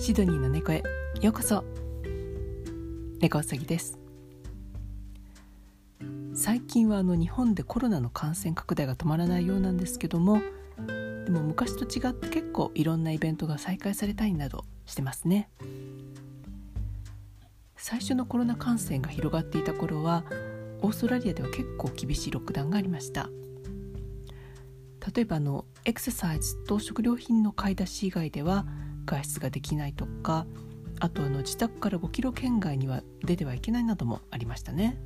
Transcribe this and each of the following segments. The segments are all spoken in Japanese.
シドニーの猫へようこそ。猫うさぎです。最近は日本でコロナの感染拡大が止まらないようなんですけども、でも昔と違って結構いろんなイベントが再開されたりなどしてますね。最初のコロナ感染が広がっていた頃はオーストラリアでは結構厳しいロックダウンがありました。例えばエクササイズと食料品の買い出し以外では外出ができないとか、あと自宅から5キロ圏外には出てはいけないなどもありましたね。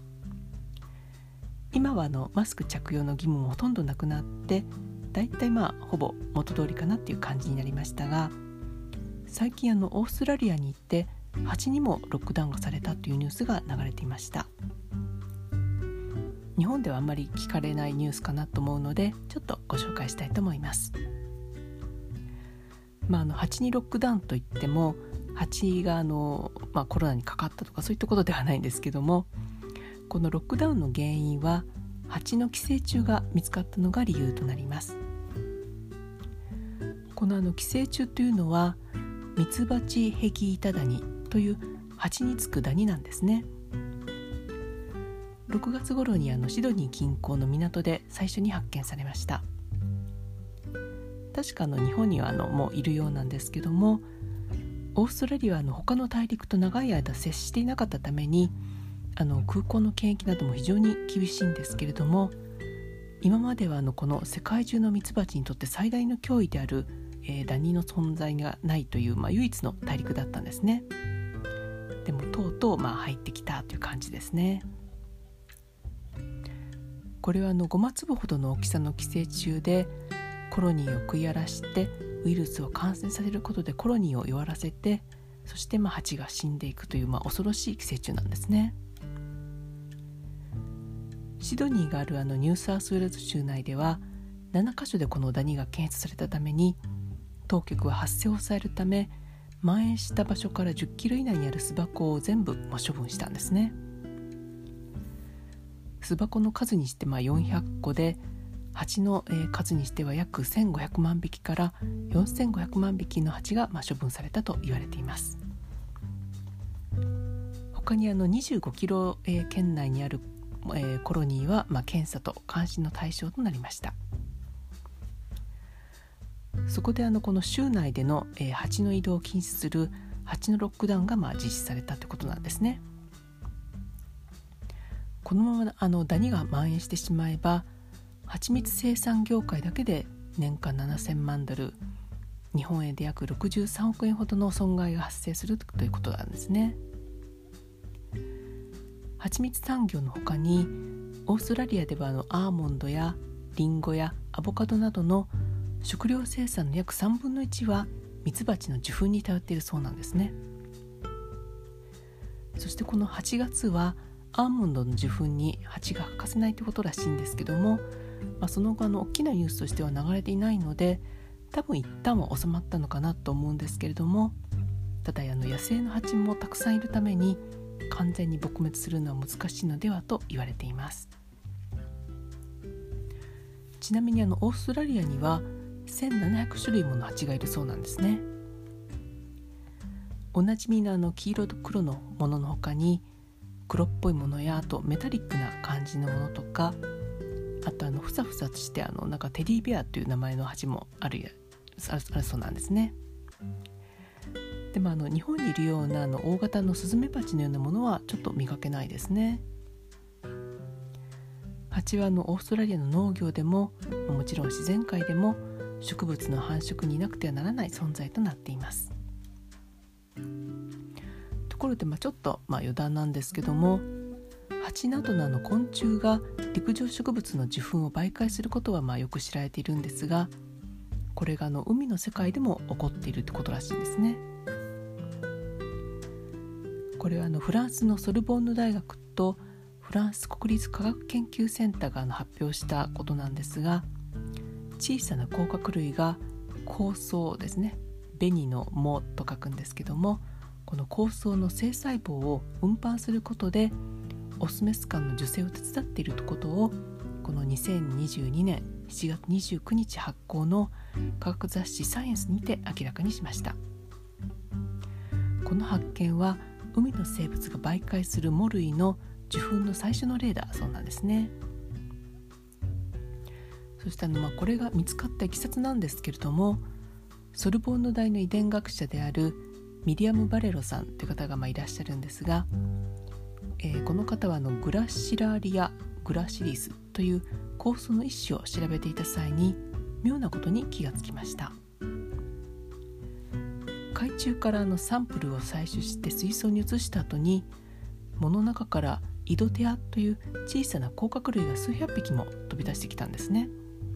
今はマスク着用の義務もほとんどなくなって、だいたいほぼ元通りかなっていう感じになりましたが、最近オーストラリアに行って蜂にもロックダウンがされたというニュースが流れていました。日本ではあんまり聞かれないニュースかなと思うので、ちょっとご紹介したいと思います。蜂にロックダウンといっても蜂がコロナにかかったとかそういったことではないんですけども、このロックダウンの原因は蜂の寄生虫が見つかったのが理由となります。この寄生虫というのはミツバチヘギイタダニという蜂につくダニなんですね。6月頃にシドニー近郊の港で最初に発見されました。確か日本にはもういるようなんですけども、オーストラリアは他の大陸と長い間接していなかったために空港の検疫なども非常に厳しいんですけれども、今まではこの世界中のミツバチにとって最大の脅威である、ダニの存在がないという、唯一の大陸だったんですね。でもとうとう入ってきたという感じですね。これはゴマ粒ほどの大きさの寄生虫で、コロニーを食い荒らしてウイルスを感染させることでコロニーを弱らせて、そして蜂が死んでいくという恐ろしい寄生虫なんですね。シドニーがあるニューサウスウェールズ州内では7カ所でこのダニが検出されたために、当局は発生を抑えるため蔓延した場所から10キロ以内にある巣箱を全部処分したんですね。巣箱の数にして400個で、蜂の数にしては約1500万匹から4500万匹の蜂が処分されたと言われています。他に25キロ圏内にあるコロニーは検査と監視の対象となりました。そこでこの州内での蜂の移動を禁止する蜂のロックダウンが実施されたということなんですね。このままダニが蔓延してしまえば、蜂蜜生産業界だけで年間7000万ドル、日本円で約63億円ほどの損害が発生するということなんですね。蜂蜜産業の他にオーストラリアではアーモンドやリンゴやアボカドなどの食料生産の約3分の1はミツバチの受粉に頼っているそうなんですね。そしてこの8月はアーモンドの受粉に蜂が欠かせないということらしいんですけども、その後大きなニュースとしては流れていないので、多分一旦は収まったのかなと思うんですけれども、ただ野生の蜂もたくさんいるために完全に撲滅するのは難しいのではと言われています。ちなみにオーストラリアには1700種類もの蜂がいるそうなんですね。おなじみの黄色と黒のものの他に、黒っぽいものやあとメタリックな感じのものとか、あとふさふさとしてなんかテディベアという名前の蜂もあるそうなんですね。でも日本にいるような大型のスズメバチのようなものはちょっと見かけないですね。蜂はオーストラリアの農業でももちろん自然界でも植物の繁殖になくてはならない存在となっています。ところでちょっと余談なんですけども、蜂などの昆虫が陸上植物の受粉を媒介することはよく知られているんですが、これが海の世界でも起こっているってことらしいんですね。これはフランスのソルボンヌ大学とフランス国立科学研究センターが発表したことなんですが、小さな甲殻類が酵素ですね、紅の藻と書くんですけども、この酵素の性細胞を運搬することでオスメス間の受精を手伝っていることを、この2022年7月29日発行の科学雑誌サイエンスにて明らかにしました。 この発見は海の生物が媒介する藻類の受粉の最初の例だそうなんですね。そしてこれが見つかったいきさつなんですけれども、ソルボンヌ大の遺伝学者であるミリアム・バレロさんという方がいらっしゃるんですが、この方はグラシラリア・グラシリスという酵素の一種を調べていた際に妙なことに気がつきました。海中からサンプルを採取して水槽に移した後に、藻の中からイドテアという小さな甲殻類が数百匹も飛び出してきたんですね。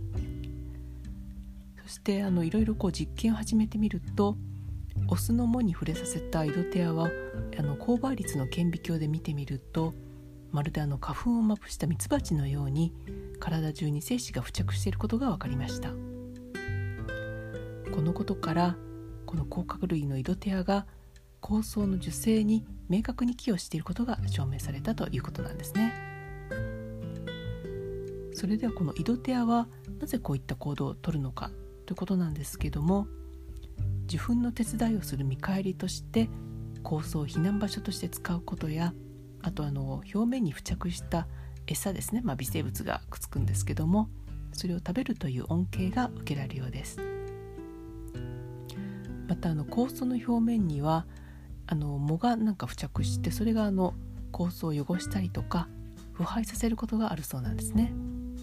そしていろいろ実験を始めてみると、オスの藻に触れさせたイドテアは高倍率の顕微鏡で見てみると、まるで花粉をまぶしたミツバチのように体中に精子が付着していることが分かりました。このことからこの甲殻類のイドテアが酵素の受精に明確に寄与していることが証明されたということなんですね。それではこのイドテアはなぜこういった行動をとるのかということなんですけども、受粉の手伝いをする見返りとして酵素を避難場所として使うことや、あと表面に付着した餌ですね、微生物がくっつくんですけども、それを食べるという恩恵が受けられるようです。また酵素の表面には藻が付着して、それが酵素を汚したりとか腐敗させることがあるそうなんですね。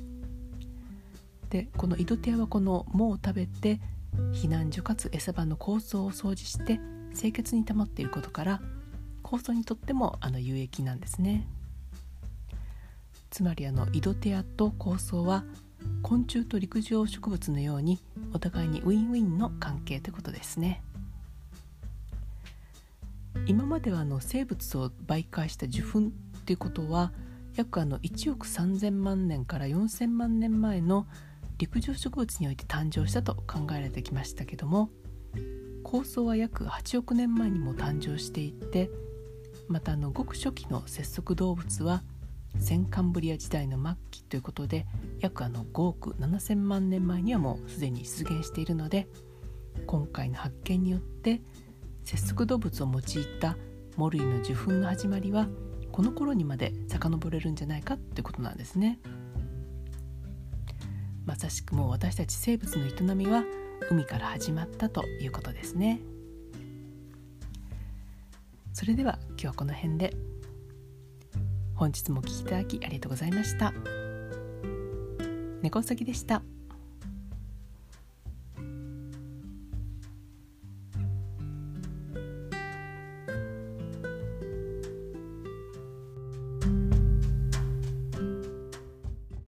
でこのイドテアはこの藻を食べて避難所かつ餌場の酵素を掃除して清潔に保っていることから、酵素にとっても有益なんですね。つまりイドテアと酵素は昆虫と陸上植物のようにお互いにウィンウィンの関係ということですね。今までは生物を媒介した受粉ということは約1億3000万年から4000万年前の陸上植物において誕生したと考えられてきましたけども、酵素は約8億年前にも誕生していて、またごく初期の節足動物は先カンブリア時代の末期ということで、約5億7000万年前にはもうすでに出現しているので、今回の発見によって節足動物を用いた藻類の受粉の始まりはこの頃にまで遡れるんじゃないかということなんですね。まさしくもう私たち生物の営みは海から始まったということですね。それでは今日はこの辺で。本日もお聞きいただきありがとうございました。猫うさぎでした。